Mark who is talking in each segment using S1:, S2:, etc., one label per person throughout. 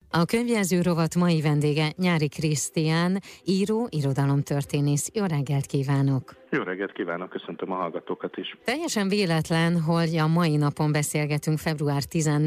S1: A könyvjelző rovat mai vendége Nyári Krisztián, író, irodalomtörténész. Jó reggelt kívánok!
S2: Jó reggelt kívánok, köszöntöm a hallgatókat is.
S1: Teljesen véletlen, hogy a mai napon beszélgetünk február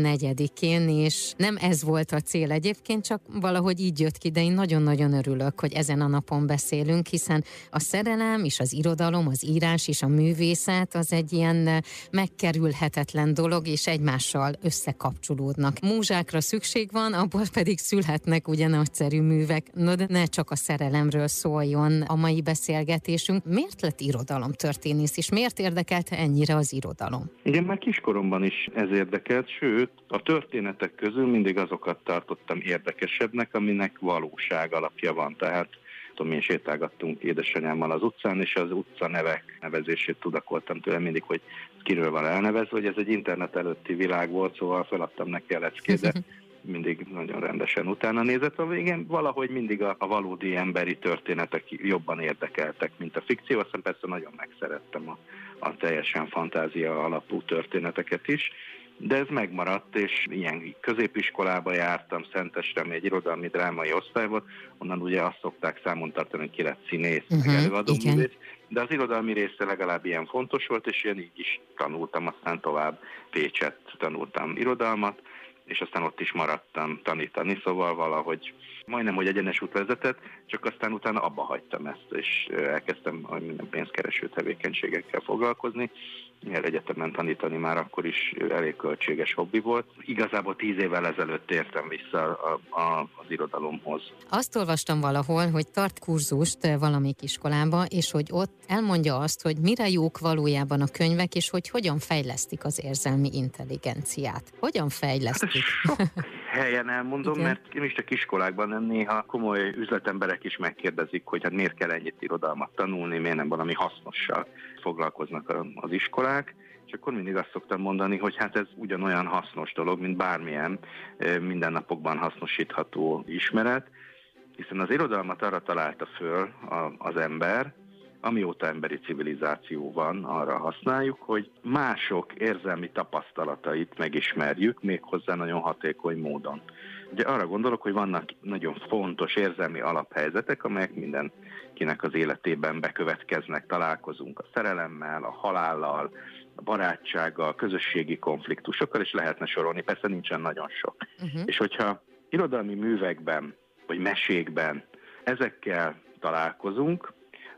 S1: 14-én, és nem ez volt a cél egyébként, csak valahogy így jött ki, de én nagyon-nagyon örülök, hogy ezen a napon beszélünk, hiszen a szerelem és az irodalom, az írás és a művészet az egy ilyen megkerülhetetlen dolog, és egymással összekapcsolódnak. Múzsákra szükség van, abból pedig szülhetnek ugye nagyszerű művek. No, de ne csak a szerelemről szóljon a mai beszélgetésünk. Miért lett irodalomtörténész, és miért érdekelte ennyire az irodalom?
S2: Igen, már kiskoromban is ez érdekelt, sőt, a történetek közül mindig azokat tartottam érdekesebbnek, aminek valóság alapja van. Tehát én sétálgattunk édesanyámmal az utcán, és az utca nevek nevezését tudakoltam tőle mindig, hogy kiről van elnevezve, hogy ez egy internet előtti világ volt, szóval feladtam neki a leckét, de mindig nagyon rendesen utána nézett. Igen, valahogy mindig a valódi emberi történetek jobban érdekeltek, mint a fikció. Aztán persze nagyon megszerettem a teljesen fantázia alapú történeteket is, de ez megmaradt, és ilyen középiskolába jártam, Szentesre, ami egy irodalmi drámai osztály volt, onnan ugye azt szokták számon tartani, hogy ki lett színész, meg előadó művész, de az irodalmi része legalább ilyen fontos volt, és én így is tanultam, aztán tovább Pécset tanultam irodalmat, és aztán ott is maradtam tanítani, szóval valahogy majdnem, hogy egyenes út vezetett, csak aztán utána abba hagytam ezt, és elkezdtem minden pénzkereső tevékenységekkel foglalkozni. Mivel egyetemen tanítani már akkor is elég költséges hobbi volt. Igazából 10 évvel ezelőtt tértem vissza az irodalomhoz.
S1: Azt olvastam valahol, hogy tart kurzust valamelyik iskolába, és hogy ott elmondja azt, hogy mire jók valójában a könyvek, és hogy hogyan fejlesztik az érzelmi intelligenciát. Hogyan fejlesztik?
S2: Hát helyen elmondom,
S1: igen.
S2: Mert én is csak iskolákban nem, néha komoly üzletemberek is megkérdezik, hogy hát miért kell ennyit irodalmat tanulni, miért nem valami hasznossal foglalkoznak az iskolák, és akkor mindig azt szoktam mondani, hogy hát ez ugyanolyan hasznos dolog, mint bármilyen mindennapokban hasznosítható ismeret, hiszen az irodalmat arra találta föl az ember, amióta emberi civilizáció van, arra használjuk, hogy mások érzelmi tapasztalatait megismerjük, méghozzá nagyon hatékony módon. Ugye arra gondolok, hogy vannak nagyon fontos érzelmi alaphelyzetek, amelyek mindenkinek az életében bekövetkeznek, találkozunk a szerelemmel, a halállal, a barátsággal, a közösségi konfliktusokkal, és lehetne sorolni, persze nincsen nagyon sok. És hogyha irodalmi művekben, vagy mesékben ezekkel találkozunk,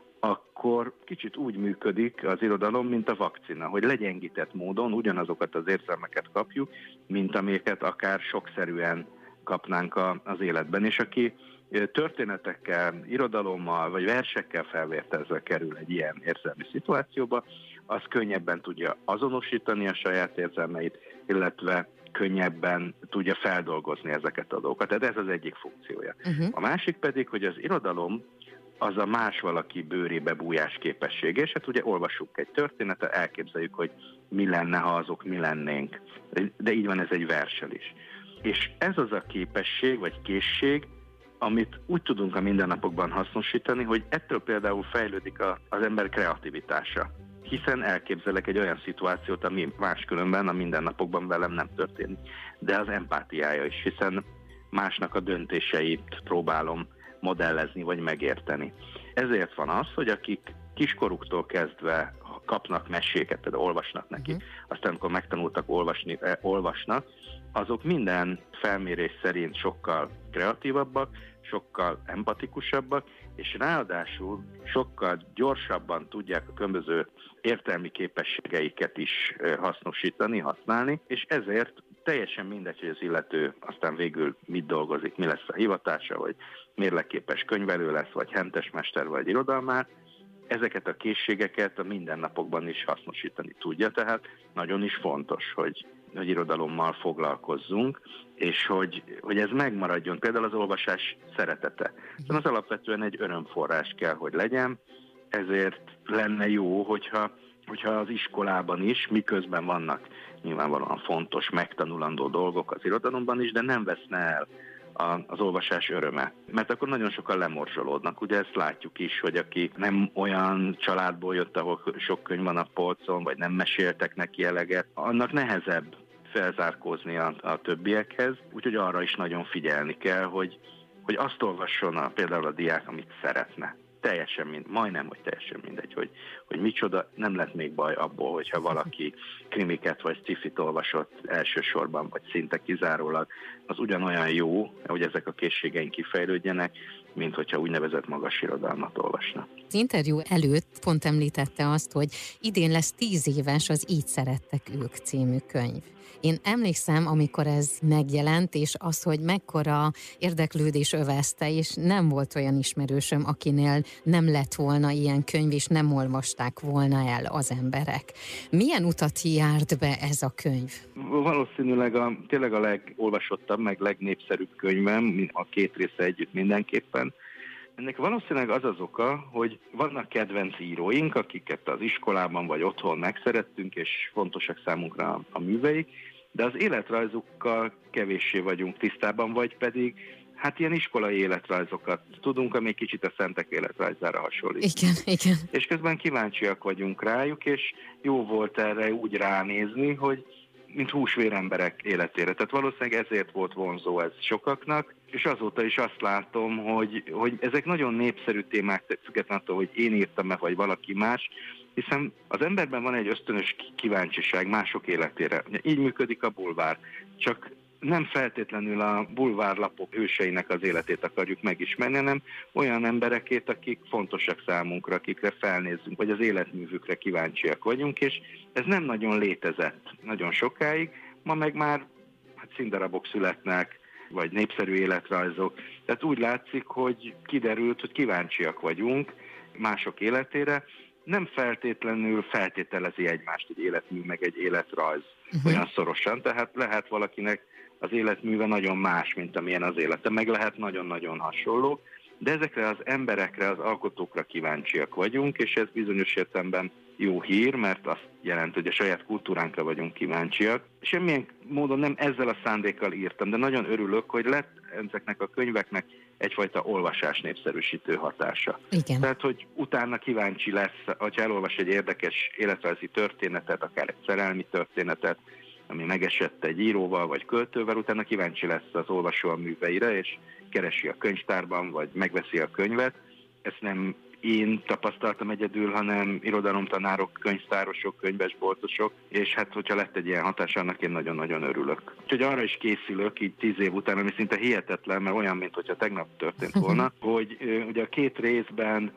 S2: akkor kicsit úgy működik az irodalom, mint a vakcina, hogy legyengített módon ugyanazokat az érzelmeket kapjuk, mint amiket akár sokszerűen kapnánk az életben. És aki történetekkel, irodalommal vagy versekkel felvértezve kerül egy ilyen érzelmi szituációba, az könnyebben tudja azonosítani a saját érzelmeit, illetve könnyebben tudja feldolgozni ezeket a dolgokat. Tehát ez az egyik funkciója. A másik pedig, hogy az irodalom az a más valaki bőrébe bújás képessége, és hát ugye olvasunk egy történetet, elképzeljük, hogy mi lenne, ha azok mi lennénk. De így van ez egy verssel is. És ez az a képesség, vagy készség, amit úgy tudunk a mindennapokban hasznosítani, hogy ettől például fejlődik az ember kreativitása. Hiszen elképzelek egy olyan szituációt, ami máskülönben a mindennapokban velem nem történik. De az empátiája is, hiszen másnak a döntéseit próbálom modellezni vagy megérteni. Ezért van az, hogy akik kiskoruktól kezdve kapnak meséket, például olvasnak neki, aztán amikor megtanultak olvasnak, azok minden felmérés szerint sokkal kreatívabbak, sokkal empatikusabbak, és ráadásul sokkal gyorsabban tudják a különböző értelmi képességeiket is hasznosítani, használni, és ezért teljesen mindegy, hogy az illető aztán végül mit dolgozik, mi lesz a hivatása, vagy mérlegképes könyvelő lesz, vagy hentesmester, vagy irodalmár, ezeket a készségeket a mindennapokban is hasznosítani tudja, tehát nagyon is fontos, hogy irodalommal foglalkozzunk, és hogy ez megmaradjon, például az olvasás szeretete. Az alapvetően egy örömforrás kell, hogy legyen, ezért lenne jó, hogyha az iskolában is, miközben vannak nyilvánvalóan fontos, megtanulandó dolgok az irodalomban is, de nem veszne el az olvasás öröme. Mert akkor nagyon sokan lemorzsolódnak. Ugye ezt látjuk is, hogy aki nem olyan családból jött, ahol sok könyv van a polcon, vagy nem meséltek neki eleget, annak nehezebb felzárkózni a többiekhez, úgyhogy arra is nagyon figyelni kell, hogy azt olvasson például a diák, amit szeretne. Majdnem, hogy teljesen mindegy, hogy micsoda, nem lett még baj abból, hogyha valaki krimiket vagy sci-fit olvasott elsősorban, vagy szinte kizárólag, az ugyanolyan jó, hogy ezek a készségeink kifejlődjenek, mint hogyha úgynevezett magas irodalmat olvasna.
S1: Az interjú előtt pont említette azt, hogy idén lesz 10 éves az Így szerettek ők című könyv. Én emlékszem, amikor ez megjelent, és az, hogy mekkora érdeklődés övezte, és nem volt olyan ismerősöm, akinél nem lett volna ilyen könyv, és nem olvasták volna el az emberek. Milyen utat járt be ez a könyv?
S2: Valószínűleg tényleg a legolvasottabb, meg legnépszerűbb könyvem, a 2 része együtt mindenképpen. Ennek valószínűleg az az oka, hogy vannak kedvenc íróink, akiket az iskolában vagy otthon megszerettünk, és fontosak számunkra a műveik, de az életrajzukkal kevéssé vagyunk tisztában, vagy pedig ilyen iskolai életrajzokat tudunk, ami kicsit a szentek életrajzára hasonlít.
S1: Igen.
S2: És közben kíváncsiak vagyunk rájuk, és jó volt erre úgy ránézni, hogy mint húsvér emberek életére. Tehát valószínűleg ezért volt vonzó ez sokaknak, és azóta is azt látom, hogy ezek nagyon népszerű témák, függetlenül attól, hogy én írtam-e, vagy valaki más, hiszen az emberben van egy ösztönös kíváncsiság mások életére. Így működik a bulvár, csak nem feltétlenül a bulvárlapok hőseinek az életét akarjuk megismerni, hanem olyan emberekét, akik fontosak számunkra, akikre felnézzünk, vagy az életművükre kíváncsiak vagyunk, és ez nem nagyon létezett nagyon sokáig, ma meg már színdarabok születnek, vagy népszerű életrajzok. Tehát úgy látszik, hogy kiderült, hogy kíváncsiak vagyunk mások életére, nem feltétlenül feltételezi egymást egy életmű, meg egy életrajz olyan szorosan, tehát lehet valakinek az életműve nagyon más, mint amilyen az élete, meg lehet nagyon-nagyon hasonló, de ezekre az emberekre, az alkotókra kíváncsiak vagyunk, és ez bizonyos értelemben jó hír, mert azt jelenti, hogy a saját kultúránkra vagyunk kíváncsiak. Semmilyen módon nem ezzel a szándékkal írtam, de nagyon örülök, hogy lett ezeknek a könyveknek egyfajta olvasás népszerűsítő hatása.
S1: Igen.
S2: Tehát, hogy utána kíváncsi lesz, hogyha elolvas egy érdekes életrajzi történetet, akár egy szerelmi történetet, ami megesett egy íróval vagy költővel, utána kíváncsi lesz az olvasó a műveire, és keresi a könyvtárban, vagy megveszi a könyvet. Ezt nem én tapasztaltam egyedül, hanem irodalomtanárok, könyvtárosok, könyvesboltosok, és hogyha lett egy ilyen hatás, annak én nagyon-nagyon örülök. Úgyhogy arra is készülök így 10 év után, ami szinte hihetetlen, mert olyan, mintha tegnap történt volna, hogy ugye a 2 részben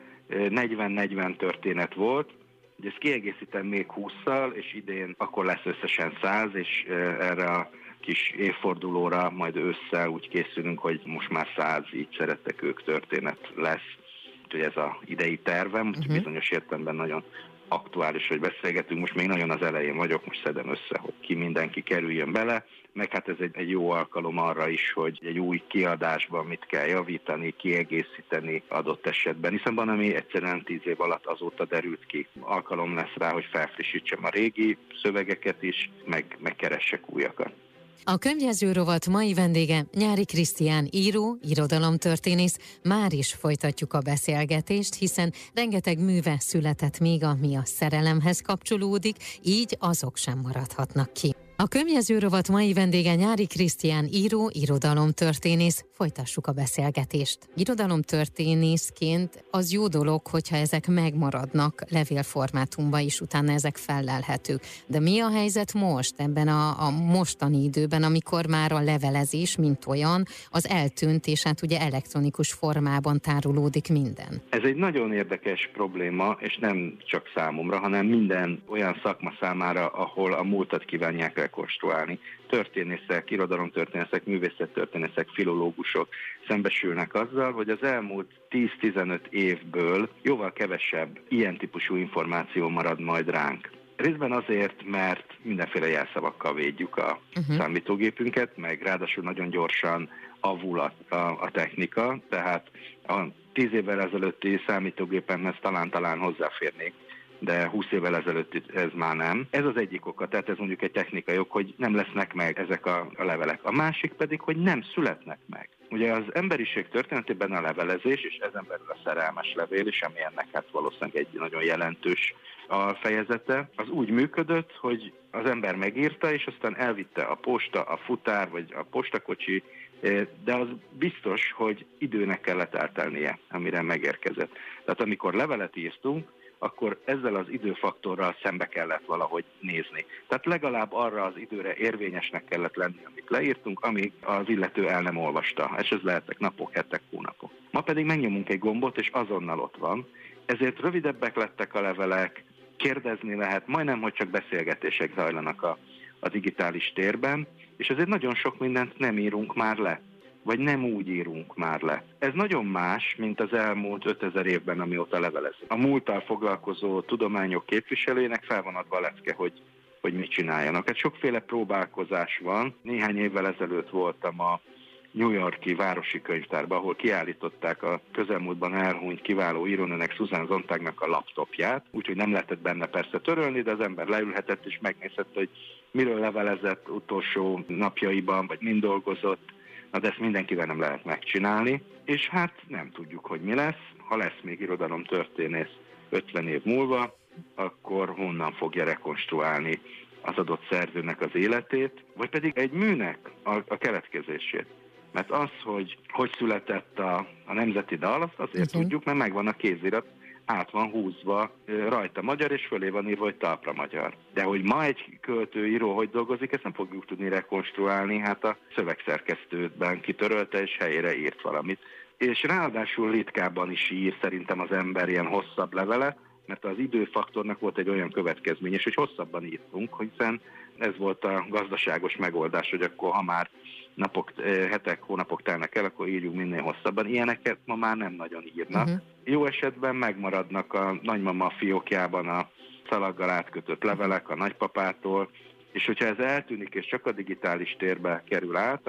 S2: 40-40 történet volt, ugye ezt kiegészítem még 20-szal, és idén akkor lesz összesen 100, és erre a kis évfordulóra majd ősszel úgy készülünk, hogy most már 100 Így szerettek ők történet lesz. Úgyhogy ez az idei tervem, úgyhogy bizonyos értelemben nagyon aktuális, hogy beszélgetünk. Most még nagyon az elején vagyok, most szedem össze, hogy mindenki kerüljön bele, meg ez egy jó alkalom arra is, hogy egy új kiadásban mit kell javítani, kiegészíteni adott esetben, hiszen van, ami egyszerűen 10 év alatt azóta derült ki. Alkalom lesz rá, hogy felfrissítsem a régi szövegeket is, meg keressek újakat.
S1: A könyvjegyző rovat mai vendége Nyári Krisztián író, irodalomtörténész. Már is folytatjuk a beszélgetést, hiszen rengeteg műve született még, ami a szerelemhez kapcsolódik, így azok sem maradhatnak ki. A könyvjegyző rovat mai vendége Nyári Krisztián író, irodalomtörténész. Folytassuk a beszélgetést. Irodalomtörténészként az jó dolog, hogyha ezek megmaradnak levélformátumban is, utána ezek fellelhetők. De mi a helyzet most, ebben a mostani időben, amikor már a levelezés, mint olyan, az eltűnt, és ugye elektronikus formában tárolódik minden? Ez
S2: egy nagyon érdekes probléma, és nem csak számomra, hanem minden olyan szakma számára, ahol a múltat kívánják rekonstruálni. Történészek, irodalomtörténészek, művészettörténészek, filológusok szembesülnek azzal, hogy az elmúlt 10-15 évből jóval kevesebb ilyen típusú információ marad majd ránk. Részben azért, mert mindenféle jelszavakkal védjük a számítógépünket, meg ráadásul nagyon gyorsan avul a technika, tehát a 10 évvel ezelőtti számítógépemhez talán hozzáférnék, de 20 évvel ezelőtt ez már nem. Ez az egyik oka, tehát ez mondjuk egy technikai ok, hogy nem lesznek meg ezek a levelek. A másik pedig, hogy nem születnek meg. Ugye az emberiség történetében a levelezés, és ezen belül a szerelmes levél is, ami ennek valószínűleg egy nagyon jelentős a fejezete, az úgy működött, hogy az ember megírta, és aztán elvitte a posta, a futár, vagy a postakocsi, de az biztos, hogy időnek kellett eltelnie, amire megérkezett. Tehát amikor levelet írtunk, akkor ezzel az időfaktorral szembe kellett valahogy nézni. Tehát legalább arra az időre érvényesnek kellett lenni, amit leírtunk, amíg az illető el nem olvasta. És ez lehetnek napok, hetek, hónapok. Ma pedig megnyomunk egy gombot, és azonnal ott van. Ezért rövidebbek lettek a levelek, kérdezni lehet, majdnem, hogy csak beszélgetések zajlanak a digitális térben, és ezért nagyon sok mindent nem írunk már le, vagy nem úgy írunk már le. Ez nagyon más, mint az elmúlt 5000 évben, amióta levelezünk. A múlttal foglalkozó tudományok képviselőjének fel van adva a lecke, hogy mit csináljanak. Hát sokféle próbálkozás van. Néhány évvel ezelőtt voltam a New York-i városi könyvtárban, ahol kiállították a közelmúltban elhunyt kiváló írónőnek, Susan Sontagnak a laptopját, úgyhogy nem lehetett benne persze törölni, de az ember leülhetett és megnézhette, hogy miről levelezett utolsó napjaiban, vagy mind dolgozott. Na, de ezt mindenkivel nem lehet megcsinálni, és hát nem tudjuk, hogy mi lesz. Ha lesz még irodalomtörténész 50 év múlva, akkor honnan fogja rekonstruálni az adott szerzőnek az életét, vagy pedig egy műnek a keletkezését. Mert az, hogy született a nemzeti dal, azt azért tudjuk, mert megvan a kézirat, át van húzva, rajta magyar, és fölé van írva, hogy talpra magyar. De hogy ma egy költőíró hogy dolgozik, ezt nem fogjuk tudni rekonstruálni, hát a szövegszerkesztőben kitörölte, és helyére írt valamit. És ráadásul ritkábban is ír szerintem az ember ilyen hosszabb levelet, mert az időfaktornak volt egy olyan következménye, és hogy hosszabban írtunk, hiszen ez volt a gazdaságos megoldás, hogy akkor ha már napok, hetek, hónapok telnek el, akkor írjuk minél hosszabban. Ilyeneket ma már nem nagyon írnak. Jó esetben megmaradnak a nagymama fiókjában a szalaggal átkötött levelek a nagypapától, és hogyha ez eltűnik, és csak a digitális térbe kerül át,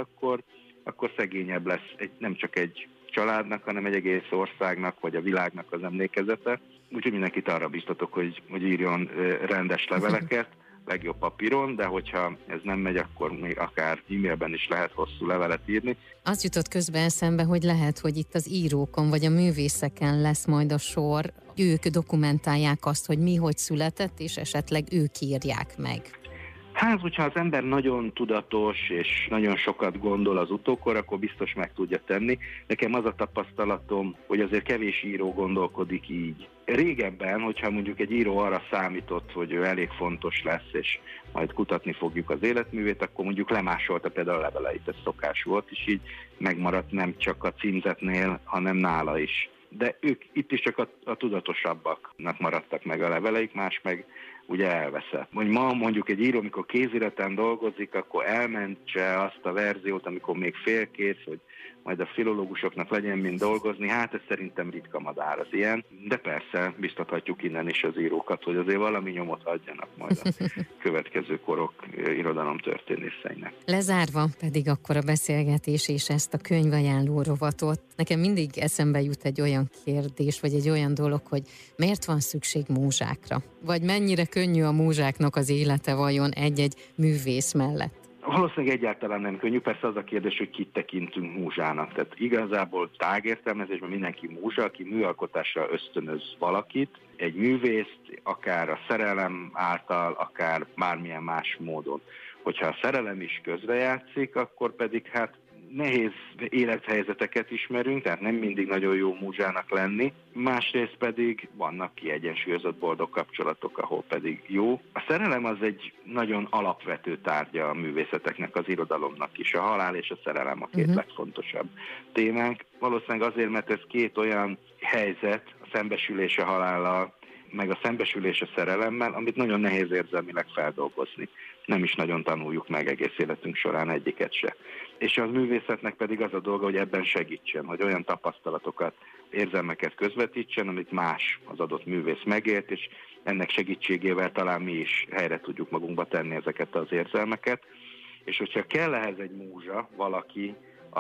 S2: akkor szegényebb lesz nem csak egy családnak, hanem egy egész országnak, vagy a világnak az emlékezete. Úgyhogy mindenkit arra biztatok, hogy írjon rendes leveleket, legjobb papíron, de hogyha ez nem megy, akkor még akár e-mailben is lehet hosszú levelet írni.
S1: Az jutott közben eszembe, hogy lehet, hogy itt az írókon vagy a művészeken lesz majd a sor, ők dokumentálják azt, hogy mi hogy született, és esetleg ők írják meg.
S2: Hát, hogyha az ember nagyon tudatos és nagyon sokat gondol az utókor, akkor biztos meg tudja tenni. Nekem az a tapasztalatom, hogy azért kevés író gondolkodik így. Régebben, hogyha mondjuk egy író arra számított, hogy ő elég fontos lesz, és majd kutatni fogjuk az életművét, akkor mondjuk lemásolta például a leveleit, ez szokás volt, és így megmaradt nem csak a címzetnél, hanem nála is. De ők itt is csak a tudatosabbaknak maradtak meg a leveleik, más meg ugye elveszett. Ma mondjuk egy író, amikor kéziraten dolgozik, akkor elmentse azt a verziót, amikor még félkész, hogy majd a filológusoknak legyen mind dolgozni, hát ez szerintem ritka madár az ilyen, de persze biztathatjuk innen is az írókat, hogy azért valami nyomot adjanak majd a következő korok irodalomtörténészeinek.
S1: Lezárva pedig akkor a beszélgetés és ezt a könyvajánló rovatot, nekem mindig eszembe jut egy olyan kérdés, vagy egy olyan dolog, hogy miért van szükség múzsákra? Vagy mennyire könnyű a múzsáknak az élete vajon egy-egy művész mellett?
S2: Valószínűleg egyáltalán nem könnyű, persze az a kérdés, hogy kit tekintünk múzsának. Tehát igazából tágértelmezésben mindenki múzsa, aki műalkotásra ösztönöz valakit, egy művészt, akár a szerelem által, akár bármilyen más módon. Hogyha a szerelem is közrejátszik, akkor pedig hát nehéz élethelyzeteket ismerünk, tehát nem mindig nagyon jó múzsának lenni. Másrészt pedig vannak kiegyensúlyozott boldog kapcsolatok, ahol pedig jó. A szerelem az egy nagyon alapvető tárgya a művészeteknek, az irodalomnak is. A halál és a szerelem a két legfontosabb témánk. Valószínűleg azért, mert ez két olyan helyzet, a szembesülés a halállal, meg a szembesülés a szerelemmel, amit nagyon nehéz érzelmileg feldolgozni. Nem is nagyon tanuljuk meg egész életünk során egyiket se. És az művészetnek pedig az a dolga, hogy ebben segítsen, hogy olyan tapasztalatokat, érzelmeket közvetítsen, amit más az adott művész megélt, és ennek segítségével talán mi is helyre tudjuk magunkba tenni ezeket az érzelmeket. És hogyha kell ehhez egy múzsa, valaki,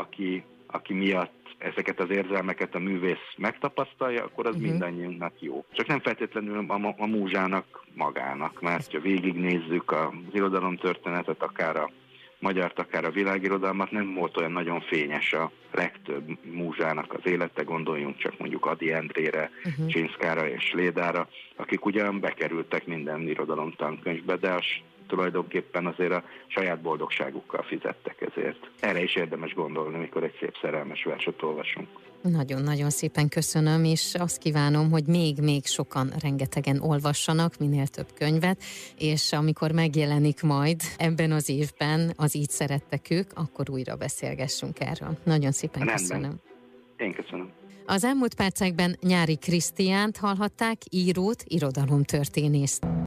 S2: aki miatt ezeket az érzelmeket a művész megtapasztalja, akkor az mindannyiunknak jó. Csak nem feltétlenül a múzsának magának, mert ha végignézzük az irodalomtörténetet, akár a magyart, akár a világirodalmat, nem volt olyan nagyon fényes a legtöbb múzsának az élete, gondoljunk csak mondjuk Ady Endrére, Csinszkára és Lédára, akik ugyan bekerültek minden irodalom tankönyvbe, de tulajdonképpen azért a saját boldogságukkal fizettek ezért. Erre is érdemes gondolni, mikor egy szép szerelmes verset olvasunk.
S1: Nagyon-nagyon szépen köszönöm, és azt kívánom, hogy még sokan, rengetegen olvassanak minél több könyvet, és amikor megjelenik majd ebben az évben az Így szerettek ők, akkor újra beszélgessünk erről. Nagyon szépen köszönöm.
S2: Én köszönöm.
S1: Az elmúlt percekben Nyári Krisztiánt hallhatták, írót, irodalomtörténészt.